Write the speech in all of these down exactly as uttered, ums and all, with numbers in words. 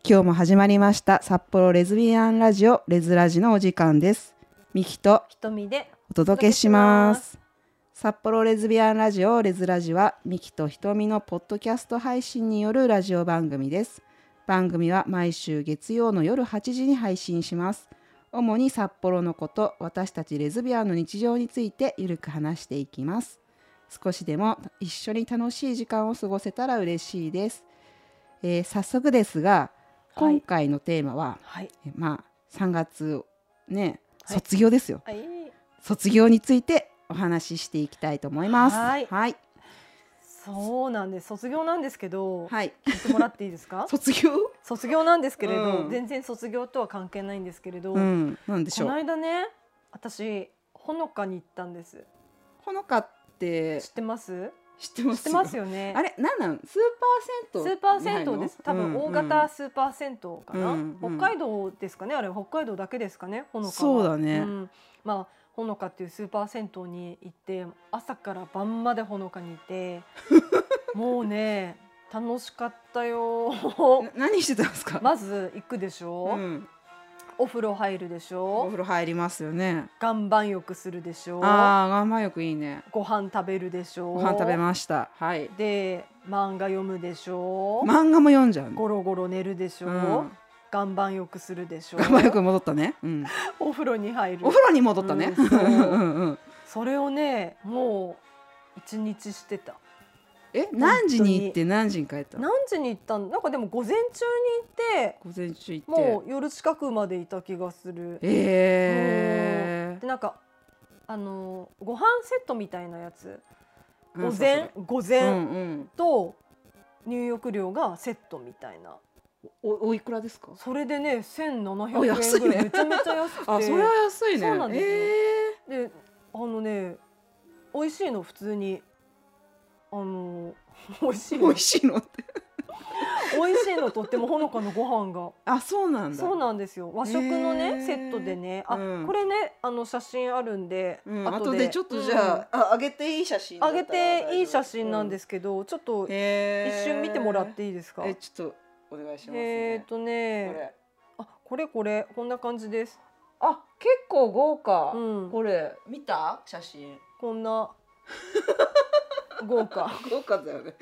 今日も始まりました札幌レズビアンラジオレズラジのお時間です。ミキとひとみでお届けします。札幌レズビアンラジオレズラジはミキとひとみのポッドキャスト配信によるラジオ番組です。番組は毎週月曜の夜はちじに配信します。主に札幌のこと、私たちレズビアンの日常についてゆるく話していきます。少しでも一緒に楽しい時間を過ごせたら嬉しいです。えー、早速ですが、 はい、 今回のテーマは、 はい、 まあさんがつね、 はい、 卒業ですよ、 はい、 卒業についてお話ししていきたいと思います。 はい、 はい、 そうなんです。卒業なんですけど、 はい、 聞いてもらっていいですか？ 卒業卒業なんですけれど、 うん、 全然卒業とは関係ないんですけれど、 うん、なんでしょう。 この間ね、私ほのかに行ったんです。 ほのかって知ってます？ 知ってます。 知ってますよね。 あれ、なんなん？スーパー銭湯？ スーパー銭湯です。多分大型スーパー銭湯かな、 うんうん、 北海道ですかね。あれ北海道だけですかね、ほのかは。 そうだね、うん、 まあほのかっていうスーパー銭湯に行って、朝から晩までほのかにいてもうね楽しかったよ。 何してたんですか？ まず行くでしょ、うん、お風呂入るでしょ。 お風呂入りますよね。 岩盤浴するでしょ。 ああ、岩盤浴いいね。 ご飯食べるでしょ。 ご飯食べました。はい。 で漫画読むでしょ。 漫画も読んじゃう。 ゴロゴロ寝るでしょ、うん、岩盤浴するでしょ。 岩盤浴戻ったね、うん、 お風呂に入る。 お風呂に戻ったね、うん、そううんうん、 それをねもう一日してた。 え、何時に行って何時に帰ったの？ 何時に行ったの？なんかでも午前中に行って午前中行ってもう夜近くまでいた気がする。 えー、 でなんかあのご飯セットみたいなやつ、午前午前と入浴料がセットみたいな。 お, おいくらですか？ それでねせんななひゃくえんぐらい、めちゃめちゃ安くてあ、それは安いね。 そうなんですよ、 えー、 であのね美味しいの、普通にあの美味しいの美味しいのって美味しいの、とってもほのかのご飯が。 あ、そうなんだ。 そうなんですよ。和食のねセットでね、あ、うん、これねあの写真あるんで、 うん、後でちょっとじゃあ、うん、あ、あげていい写真あげていい写真なんですけど、うん、ちょっと一瞬見てもらっていいですか？ え、ちょっとお願いしますね。 えーとねこれあこれこれこんな感じです。 あ、結構豪華、 うん、 これ見た写真、 こんな豪華豪華だよね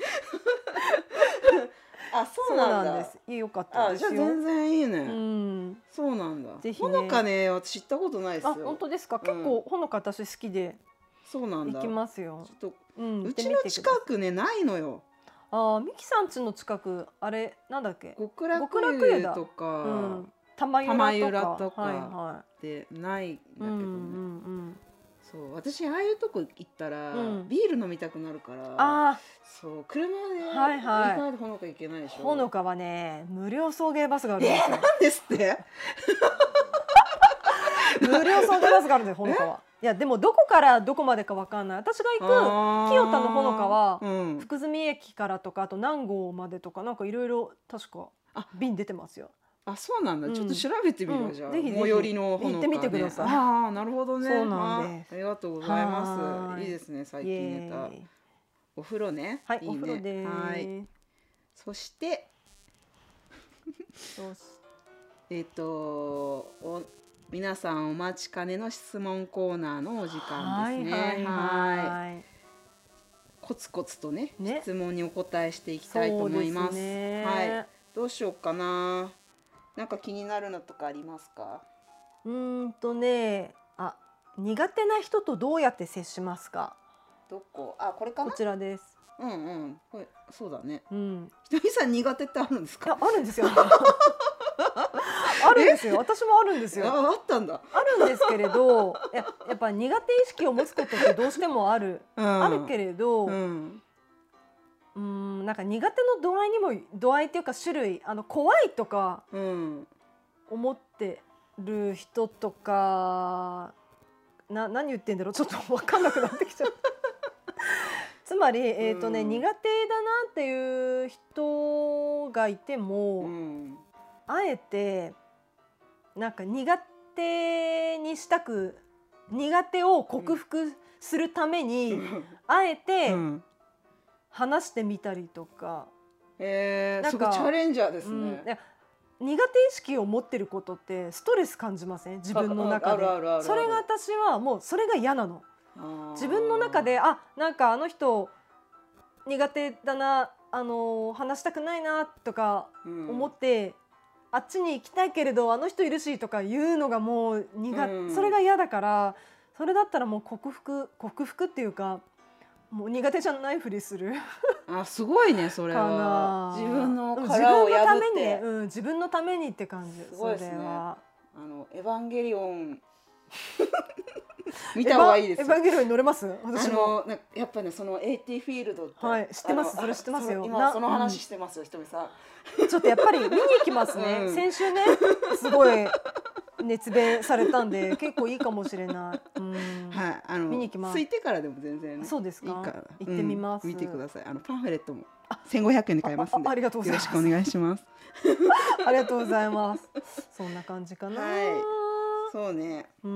あ、そうなんだ。 そうなんです。いい、よかったですよ。 あ、じゃあ全然いいね。 うん、 そうなんだ。 ぜひね。 ほのかね、私知ったことないですよ。 あ、本当ですか。結構、うん、ほのか私好きで。 そうなんだ。 行きますよ。 ちょっと、 うん、 うちの近くねないのよ。 あ、ミキさん家の近くあれなんだっけ？ 極楽湯とか、 うん、玉浦とか、 はいはい、 でないんだけどね。 うんうんうん、 そう、私ああいうとこ行ったら、うん、ビール飲みたくなるから、 あ、 そう、車で行はいはい、 かないとほのか行けないでしょ。 ほのかはね無料送迎バスがあるんですよ。 えー、なんですって無料送迎バスがあるんですよ、ほのかは。いやでもどこからどこまでかわかんない。私が行く清田のほのかは、うん、福住駅からとか、あと南郷までとか、なんかいろいろ確か便出てますよ。 あ、そうなんだ、うん、ちょっと調べてみる、うん、じゃあ、 ぜひぜひ最寄りのほのか、ね、 行ってみてください。 ああ、なるほどね。 そうなんです。 ありがとうございます。いいですね、最近ネタ。お風呂ね。 はい、 いいね、 お風呂です。 はい。そしてえっとお皆さんお待ちかねの質問コーナーのお時間ですね。はいはいはい、コツコツと ね, ね質問にお答えしていきたいと思います。ね、はい、どうしようかな。なんか気になるのとかありますか？ うーんとね、あ、苦手な人とどうやって接しますか？ どこ？あ、これかな？ こちらです。 うんうん、これそうだね。 うん。 ひとみさん苦手ってあるんですか？ いや、あるんですよ。あるんですよ。私もあるんですよ。 あ、あったんだ。 あるんですけれど、や, やっぱ苦手意識を持つことってどうしてもある、うん、あるけれど、うん、うーん、なんか苦手の度合いにも度合いっていうか種類、あの怖いとか思ってる人とか、な何言ってんだろう、ちょっと分かんなくなってきちゃった。つまり、えーとね、うん、苦手だなっていう人がいても、うん、あえてなんか苦手にしたく、苦手を克服するために、うん、あえて話してみたりとか、 うん、えー、すごいチャレンジャーですね。 うん、 苦手意識を持ってることってストレス感じません？自分の中で。それが私はもうそれが嫌なの。自分の中であなんかあの人苦手だな、あの話したくないなとか思って、うん、あっちに行きたいけれどあの人いるしとか言うのがもう苦、うん、それが嫌だから、それだったらもう克服克服っていうかもう苦手じゃないふりするあすごいねそれは自分の殻を破って、 うん、自分のためにって感じ。 すごいですね。 それはあのエヴァンゲリオン見た方がいいですよ。 エヴァンゲリオンに乗れます？私もあのやっぱねそのエイティフィールドって、 はい、知ってます。それ知ってますよ。 今その話してますよ、ひとみさん。ちょっとやっぱり見に行きますね。うん、先週ねすごい熱弁されたんで結構いいかもしれない。うんはい、あの見に行きます。 空いてからでも全然、ね、 そうですか。 いいから行ってみます、 うん。見てください。あのパンフレットもせんごひゃくえんで買えますんで。 あ, あ, ありがとうございます。 よろしくお願いします。 ありがとうございます。そんな感じかな。 はい。そうね。 うん。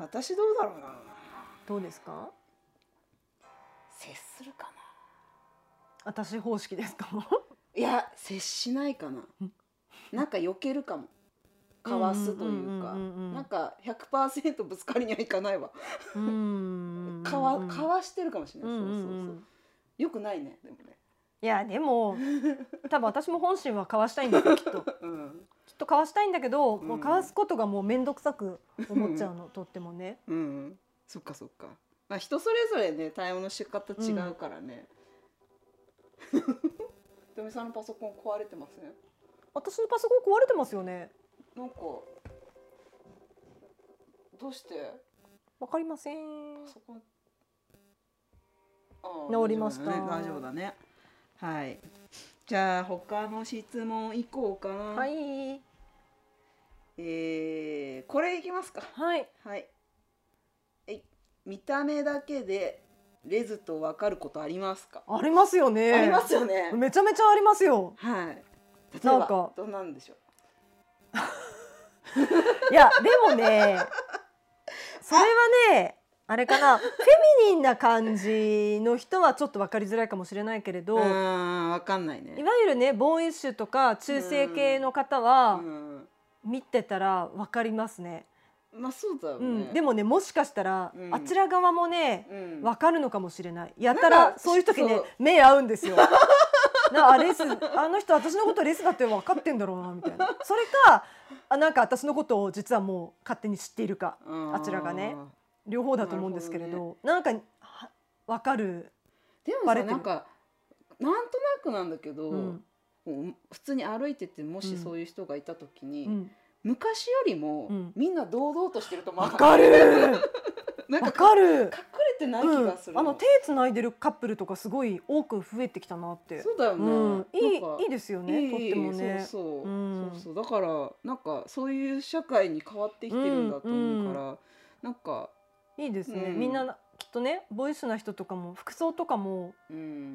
私どうだろうな。 どうですか？ 接するかな。 私方式ですか？ いや接しないかな。なんか避けるかも。かわすというか、なんか ひゃくパーセント ぶつかりにはいかないわ。うんかわかわしてるかもしれない。そうそうそう。よくないねでもね。 いやでも多分私も本心はかわしたいんだけどきっと、うん、きっとかわしたいんだけど、うん、もうかわすことがもう面倒くさく思っちゃうのとってもね。 うん、そっかそっか。まあ人それぞれね対応の仕方違うからね。ひとみさんのパソコン壊れてますね。 私のパソコン壊れてますよね。 なんかどうして？わかりません。 パソコンあ治りました。 大丈夫だね。はい。じゃあ他の質問いこうかな。 はい。 えー、これいきますか。 はい。 はい。え、見た目だけでレズと分かることありますか？ ありますよね。 ありますよね。 めちゃめちゃありますよ。 はい。例えばなんかどうなんでしょう。 いやでもねそれはねあれかなフェミニンな感じの人はちょっと分かりづらいかもしれないけれど、 うん分かんないね。 いわゆるねボーイッシュとか中性系の方は見てたら分かりますね。 まあそうだよね、 うん、でもねもしかしたら、うん、あちら側もね、うん、分かるのかもしれない。やったらそういう時ね目合うんですよ。なあレスあの人私のことレスだって分かってんだろうなみたいな。それかあなんか私のことを実はもう勝手に知っているか、あちらがね両方だと思うんですけれど、 ど、ね、なんか分かる。 でもさなんかなんとなくなんだけど、うん、普通に歩いててもしそういう人がいた時に、うん、昔よりも、うん、みんな堂々としてると思う。 分かるなんかかる隠れてない気がする、 うん、あの手つないでるカップルとかすごい多く増えてきたなって。 そうだよね、 うん、いいいいですよね。いいとってもね。 そうそう、うん、そうそうだからなんかそういう社会に変わってきてるんだと思うから、うんうん、なんかいいですね、うん、みんなきっとねボイスな人とかも服装とかも、うん、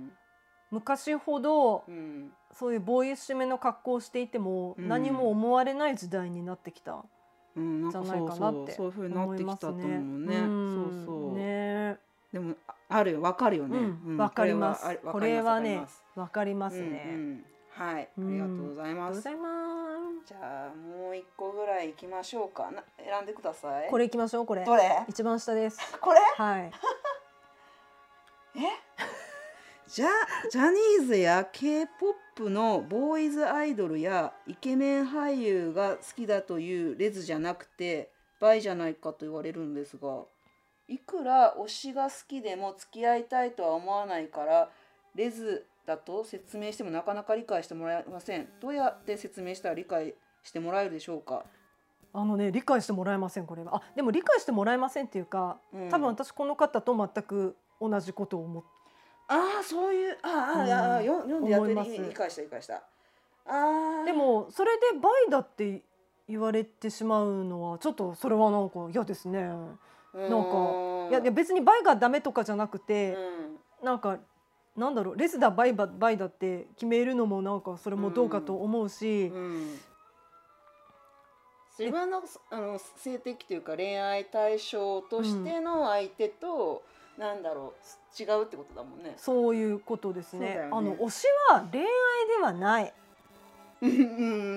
昔ほど、うん、そういうボーイッシュめの格好をしていても、うん、何も思われない時代になってきた。うん、じゃないかなってそういう風になってきたと思うね。うん、そうそう。ね。でもあるわかるよね。 うん、わかります。これはねわかりますね。 うんうん、はい、ありがとうございます。 ありがとうございます。 じゃあもう一個ぐらい行きましょうか。な選んでください。 これ行きましょう。これ。 どれ？ 一番下です。 これ？ はい。 え？じゃジャニーズや ケーポップ のボーイズアイドルやイケメン俳優が好きだというレズじゃなくてバイじゃないかと言われるんですが、いくら推しが好きでも付き合いたいとは思わないからレズだと説明してもなかなか理解してもらえません。どうやって説明したら理解してもらえるでしょうか？ あのね理解してもらえません。これはあでも理解してもらえませんっていうか、うん、多分私この方と全く同じことを思ってああそういうああ、うん、ああ読んでやって理解した理解したあでもそれでバイだって言われてしまうのはちょっとそれはなんか嫌ですね。なんかいや別にバイがダメとかじゃなくて、うん、なんかなんだろうレスだバイババイだって決めるのもなんかそれもどうかと思うし、うんうん、 自分の、あの性的というか恋愛対象としての相手と、うん、なんだろう違うってことだもんね。 そういうことですね。あの推しは恋愛ではない。 うん、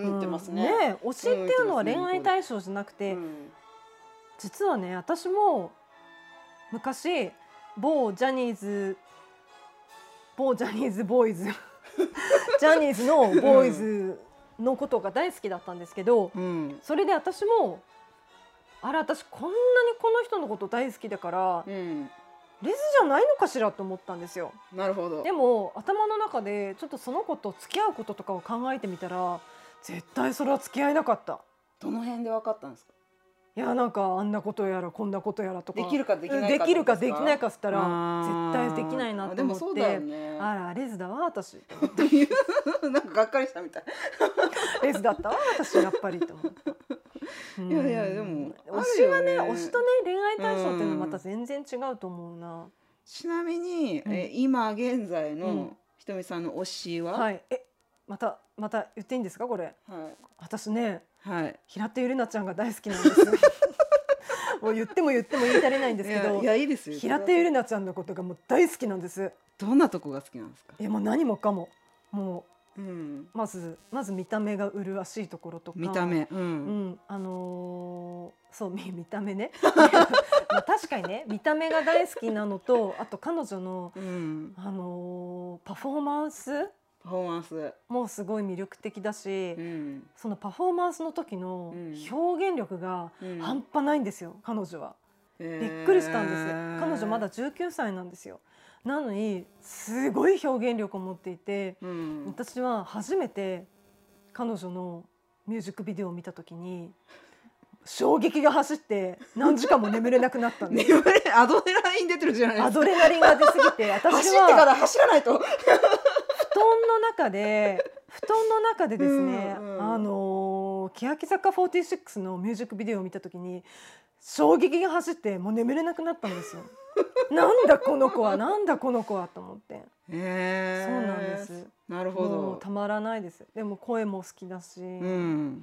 言ってますね。 ね、推しっていうのは恋愛対象じゃなくて、うん、実はね私も昔某ジャニーズ某ジャニーズボーイズジャニーズのボーイズのことが大好きだったんですけど、うん、それで私もあれ私こんなにこの人のこと大好きだから、うん、レズじゃないのかしらと思ったんですよ。 なるほど。 でも頭の中でちょっとその子と付き合うこととかを考えてみたら絶対それは付き合えなかった。 どの辺で分かったんですか？ いやなんかあんなことやらこんなことやらとかできるかできないかできるかできないかっつったら絶対できないなと思って、 でもそうだよね、 あらレズだわ私なんかがっかりしたみたいレズだったわ私やっぱりと思った。 いやいやでも推しはね推しとね恋愛対象っていうのはまた全然違うと思うな。 ちなみに、うん、え今現在のひとみさんの推しは、 はい、えまたまた言っていいんですかこれ、はい、私ね、はい、平手友梨奈ちゃんが大好きなんですもう言っても言っても言い足りないんですけど、 いやいいですよ。 平手友梨奈ちゃんのことがもう大好きなんです。 どんなとこが好きなんですか？ いやもう何もかももう、うん、まずまず見た目が麗しいところとか、 見た目、うん、うん、 あのー、そう 見, 見た目ねまあ確かにね見た目が大好きなのとあと彼女の、うん、あのー、パフォーマンスパフォーマンスもうすごい魅力的だし、うん、そのパフォーマンスの時の表現力が半端ないんですよ、うん、彼女は、えー、びっくりしたんです。彼女まだじゅうきゅうさいなんですよ。なのにすごい表現力を持っていて、うん、私は初めて彼女のミュージックビデオを見た時に衝撃が走って何時間も眠れなくなったんですアドレナリン出てるじゃないですか。 アドレナリンが出すぎて私は走ってから走らないと布団の中で布団の中でですね、うんうん、あの欅坂フォーティーシックスのミュージックビデオを見た時に衝撃が走ってもう眠れなくなったんですよなんだこの子はなんだこの子はと思って、 へー、 そうなんです。 なるほど。 もうたまらないです。でも声も好きだし、うん、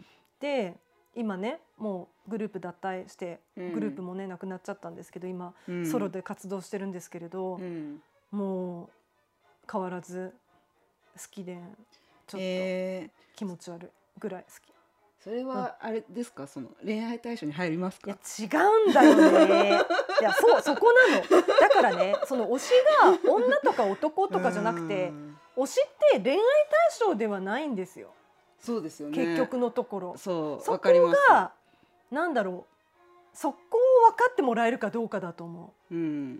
で今ねもうグループ脱退してグループもねなくなっちゃったんですけど今、うん、ソロで活動してるんですけれど、うん、もう変わらず好きでちょっと気持ち悪いぐらい好き。 それはあれですか、うん、その恋愛対象に入りますか？ いや違うんだよねいやそうそこなの。だからねその推しが女とか男とかじゃなくて推しって恋愛対象ではないんですよ。 そうですよね。 結局のところそうそこがなんだろうそこを分かってもらえるかどうかだと思う。 うん、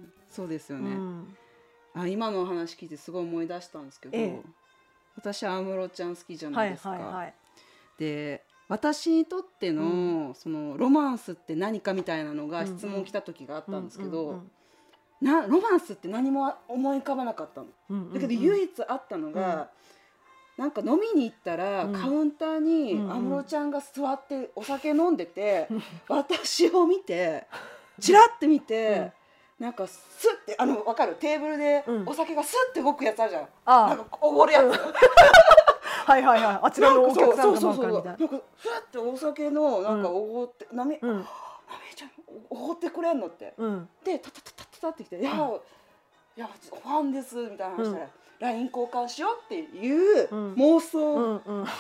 そうですよね、うん、あ今のお話聞いてすごい思い出したんですけど、ええ、私は安室ちゃん好きじゃないですか、はいはいはい、で私にとっての、うん、そのロマンスって何かみたいなのが質問来た時があったんですけど、うんうん、なロマンスって何も思い浮かばなかったの、うんうんうん、だけど唯一あったのが、うん、なんか飲みに行ったら、うん、カウンターに安室ちゃんが座ってお酒飲んでて、うんうん、私を見てチラッて見て、うん、なんかスッてあの分かるテーブルでお酒がスッて動くやつあるじゃん、うん、なんかおごるやつはいはいはい、あちらのお客さんが回るみたいな。 なんかふわってお酒のなんかおごって、うん、なみ、うん、なみちゃんおごってくれんのって、うん、でタタタタタってきて、うん、いやいやファンですみたいな話したら、うん、ライン 交換しようっていう妄想、うんうんうん、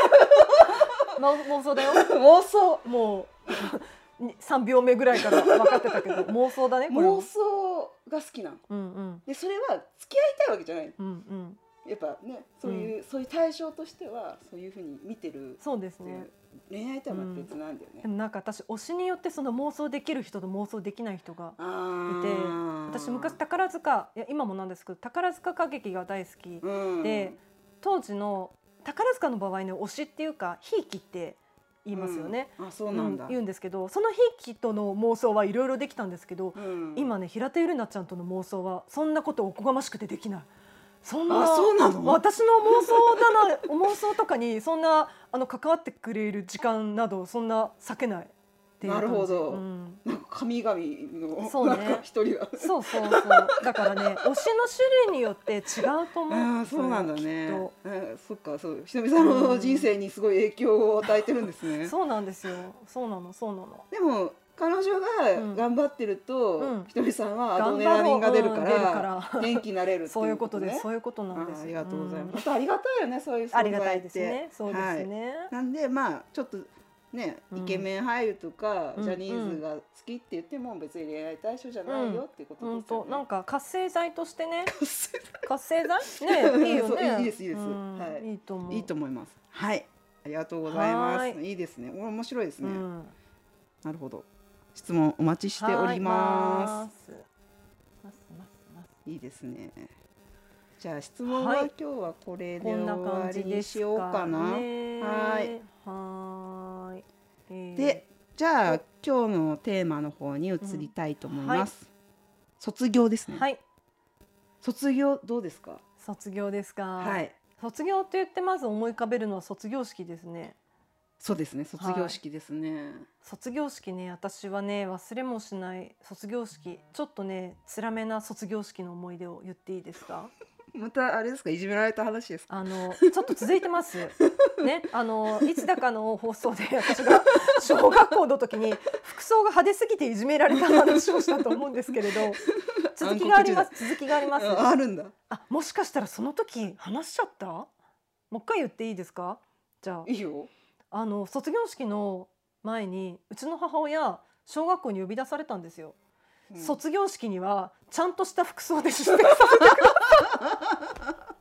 妄想だよ妄想もうさんびょうめぐらいから分かってたけど妄想だねこれ妄想が好きなの、うんうん、でそれは付き合いたいわけじゃない、うんうんやっぱねそういう、うん、そういう対象としてはそういうふうに見てる。 そうですね。 恋愛とは別なんだよね、うん、 でもなんか私推しによってその妄想できる人と妄想できない人がいて、私昔宝塚いや今もなんですけど宝塚歌劇が大好き、うん、で当時の宝塚の場合の推しっていうかひいきって言いますよね、 うん、あそうなんだ、 うん、言うんですけどそのひいきとの妄想はいろいろできたんですけど、うん、今ね平手友梨奈ちゃんとの妄想はそんなことおこがましくてできない。そんなあそうなの私の妄想だな妄想とかにそんなあの関わってくれる時間などそんな避けないっていう感じ。 なるほど、うん、なんか神々のそう、ね、なんか一人はそうそうそうだからね推しの種類によって違うと思う。 あそうなんだね。あそっかそうひとみさんの人生にすごい影響を与えてるんですね、 うん、そうなんですよそうなのそうなの。 でも彼女が頑張ってると、うん、ひとみさんはアドレナリンが出るから、うん、元気になれるっていう、ね、 そういうことです。そういうことなんです。 あ, ありがとうございます。うん、ありがたいよね、そういう存在って。ありがたいですね。そうですね。はい、なんでまあちょっとね、イケメン俳優とか、うん、ジャニーズが好きって言っても別に恋愛対象じゃないよっていうことですよね。 うん、なんか活性剤としてね。活性剤ね、いいよね。 いいですいいです。はい。 いいと思う。 いいと思います。はい。ありがとうございます。いいですね。面白いですね。うん、なるほど。質問お待ちしております。いいですね。じゃあ質問は今日はこれで終わりにしようかな。はい。はい。えー、で、じゃあ今日のテーマの方に移りたいと思います。うん、はい、卒業ですね。はい。卒業どうですか？ 卒業ですか。 はい。 卒業って言ってまず思い浮かべるのは卒業式ですね。 そうですね、卒業式ですね。はい、 卒業式ね、私はね忘れもしない卒業式、ちょっとね辛めな卒業式の思い出を言っていいですか？ またあれですか、いじめられた話ですか？ あのちょっと続いてますね。あのいつだかの放送で私が小学校の時に服装が派手すぎていじめられた話をしたと思うんですけれど、続きがあります。続きがあります。 あるんだ。 あ、もしかしたらその時話しちゃった？もう一回言っていいですか？じゃあ。 いいよ。 あの卒業式の前にうちの母親小学校に呼び出されたんですよ。うん、卒業式にはちゃんとした服装で出席させてください。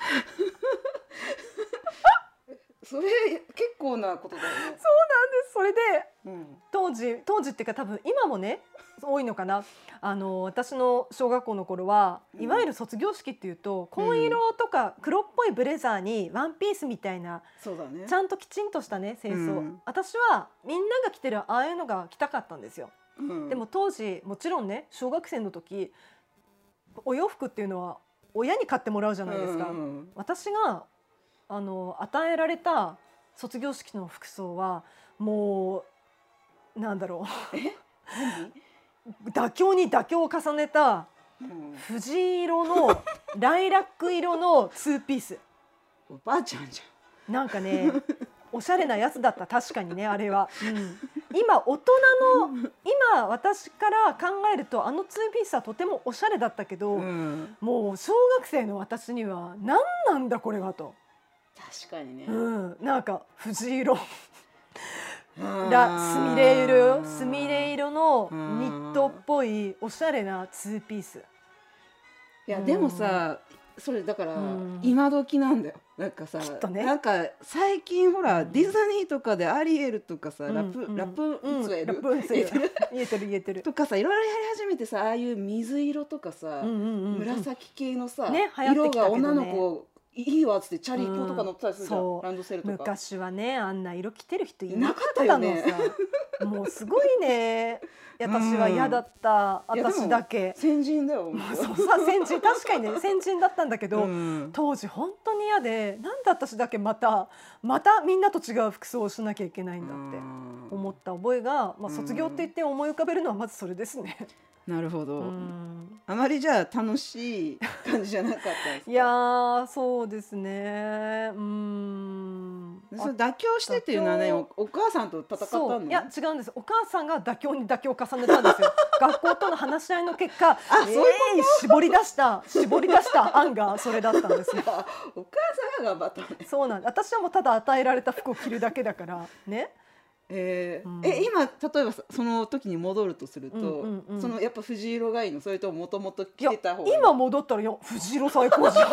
それ結構なことだよね。そうなんです。それで、うん、当時当時っていうか多分今もね多いのかな。あの私の小学校の頃は、いわゆる卒業式っていうと、うん、紺色とか黒っぽいブレザーにワンピースみたいな、 そうだね、 ちゃんときちんとしたね清掃、うん、私はみんなが着てるああいうのが着たかったんですよ。うん、でも当時もちろんね小学生の時お洋服っていうのは親に買ってもらうじゃないですか。うん、私があの与えられた卒業式の服装はもうなんだろうえ妥協に妥協を重ねた藤色のライラック色のツーピース。 おばあちゃんじゃん。なんかねおしゃれなやつだった。確かにねあれは、うん、今大人の今私から考えるとあのツーピースはとてもおしゃれだったけど、うん、もう小学生の私には何なんだこれはと。 確かにね、 うん、なんか藤色ラスミレ色スミレ色のニットっぽいおしゃれなツーピース。 いやでもさ、それだから今時なんだよ。なんかさ、ね、なんか最近ほら、うん、ディズニーとかでアリエルとかさ、うん、ラプ、うん、ラプンツェル、 うん、言えてる言えてるとかさ、いろいろやり始めてさ、ああいう水色とかさ、うんうんうんうん、紫系のさ、 ね、 色が女の子いいわっつってチャリコとか乗ってたりするじゃん、うん、ランドセルとか。 昔はねあんな色着てる人いなかったのさ、もうすごいね。私は嫌だった、うん、私だけ先人だよ。 まあ、そうさ先人確かにね先人だったんだけど、うん、当時本当に嫌で、なんで私だけまたまたみんなと違う服装をしなきゃいけないんだって思った覚えが、まあ、卒業って言って思い浮かべるのはまずそれですね。 なるほど、うん、あまりじゃあ楽しい感じじゃなかったですか？ いやそうですね、うん、 それ妥協してっていうのはね、 お, お母さんと戦ったの？ いや違うんです。お母さんが妥協に妥協を重ねたんですよ。学校との話し合いの結果、あ、えー、そういう絞り出した絞り出した案がそれだったんですよ。 お母さんが頑張ったね。 そうなんです。私はもうただ与えられた服を着るだけだからね。 えーうん、え今例えばその時に戻るとすると、うんうんうん、そのやっぱ藤色がいいの？それとももともと着てた方がいい？ 今戻ったらよ藤色最高じゃん。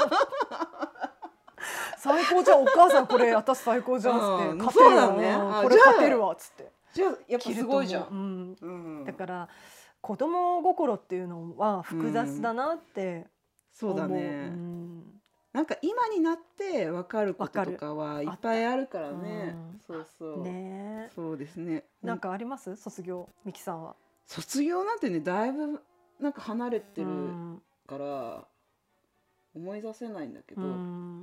最高じゃん、お母さんこれ私最高じゃんっつって、勝てるわ、ね、これ勝てるわっつって。 じゃあやっぱすごいじゃん、 うんうん、だから子供心っていうのは複雑だなって思う、 うん、そうだね、うん、なんか今になって分かることとかはいっぱいあるからね、うん、そうそうね、そうですね。 なんかあります？卒業、ミキさんは。 卒業なんてねだいぶなんか離れてるから思い出せないんだけど、うん、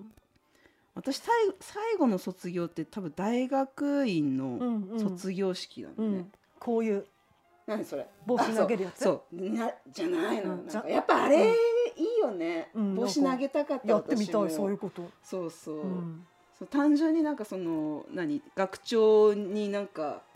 私最後の卒業って多分大学院の卒業式なんだね、うんうん、 こういう何それ帽子投げるやつ？ そうなじゃないの、うん、なんかやっぱあれ、うん、いいよね、うん、帽子投げたかった。 やってみたい。そういうこと。 そうそう、うん、そう単純になんかその何学長になんか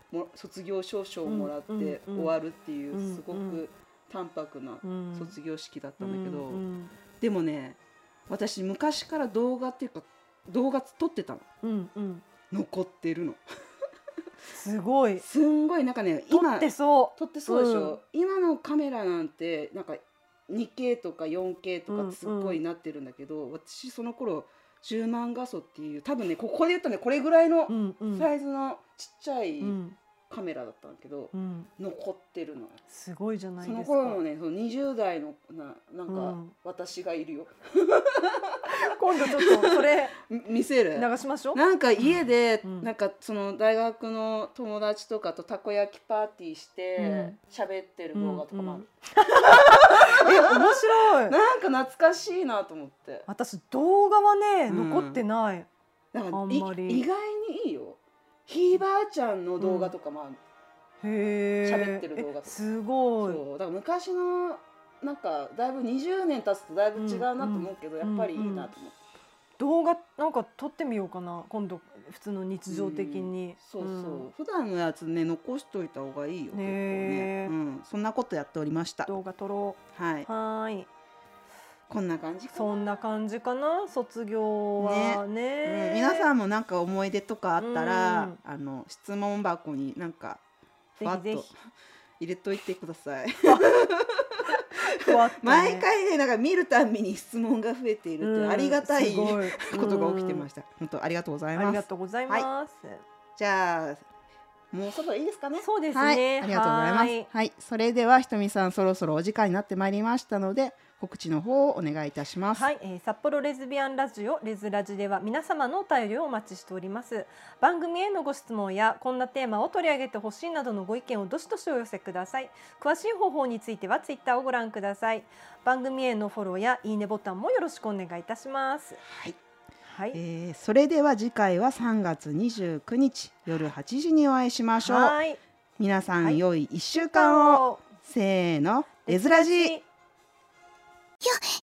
も卒業証書をもらって終わるっていう、すごく淡白な卒業式だったんだけど、うんうん、でもね私昔から動画っていうか動画撮ってたの、うんうん、残ってるのすごいすんごいなんかね今撮ってそう撮ってそうでしょ、うん、今のカメラなんてなんか にケー とか よんケー とかすっごいなってるんだけど、うんうん、私その頃じゅうまん画素っていう多分ねここで言ったねこれぐらいのサイズのちっちゃいカメラだったんだけど、うん、残ってるのすごいじゃないですか。 その頃のねそのにじゅう代のななんか私がいるよ、うん、 今度ちょっとそれ見せる流しましょう。 なんか家で、うん、なんかその大学の友達とかとたこ焼きパーティーして喋、うん、ってる動画とかもある、 うんうん、え面白いなんか懐かしいなと思って。 私動画はね、うん、残ってない。 だからあんまり意外にいいよ。ひいばあちゃんの動画とかもある、うん、へ喋ってる動画とかすごい。 そうだから昔のなんかだいぶにじゅうねん経つとだいぶ違うなと思うけど、うん、やっぱりいいなと思って、うんうん、 動画なんか撮ってみようかな今度普通の日常的に、 うん、そうそう、うん、普段のやつね残しといた方がいいよ、ね、うん、そんなことやっておりました。 動画撮ろう。 はいはいこんな感じかな。 そんな感じかな卒業は ね, ね、 うん、皆さんもなんか思い出とかあったら、うん、あの質問箱になんかふわっと入れといてくださいふわっと、ね、毎回ねなんか見るたびに質問が増えているって、うん、ありがたいことが起きてました。本当ありがとうございます。 ありがとうございます、 はい、じゃあもうそろいいですかね。 そうですね、 はい、ありがとうございます。はい、はい、それではひとみさんそろそろお時間になってまいりましたので告知の方をお願いいたします。 はい、えー、札幌レズビアンラジオレズラジでは皆様のお便りをお待ちしております。番組へのご質問やこんなテーマを取り上げてほしいなどのご意見をどしどしお寄せください。詳しい方法についてはツイッターをご覧ください。番組へのフォローやいいねボタンもよろしくお願いいたします。 はい、はい、えー、それでは次回はさんがつにじゅうくにち夜はちじにお会いしましょう。はい、皆さん、はい、良いいっしゅうかんを。せーのレズラジ。 よ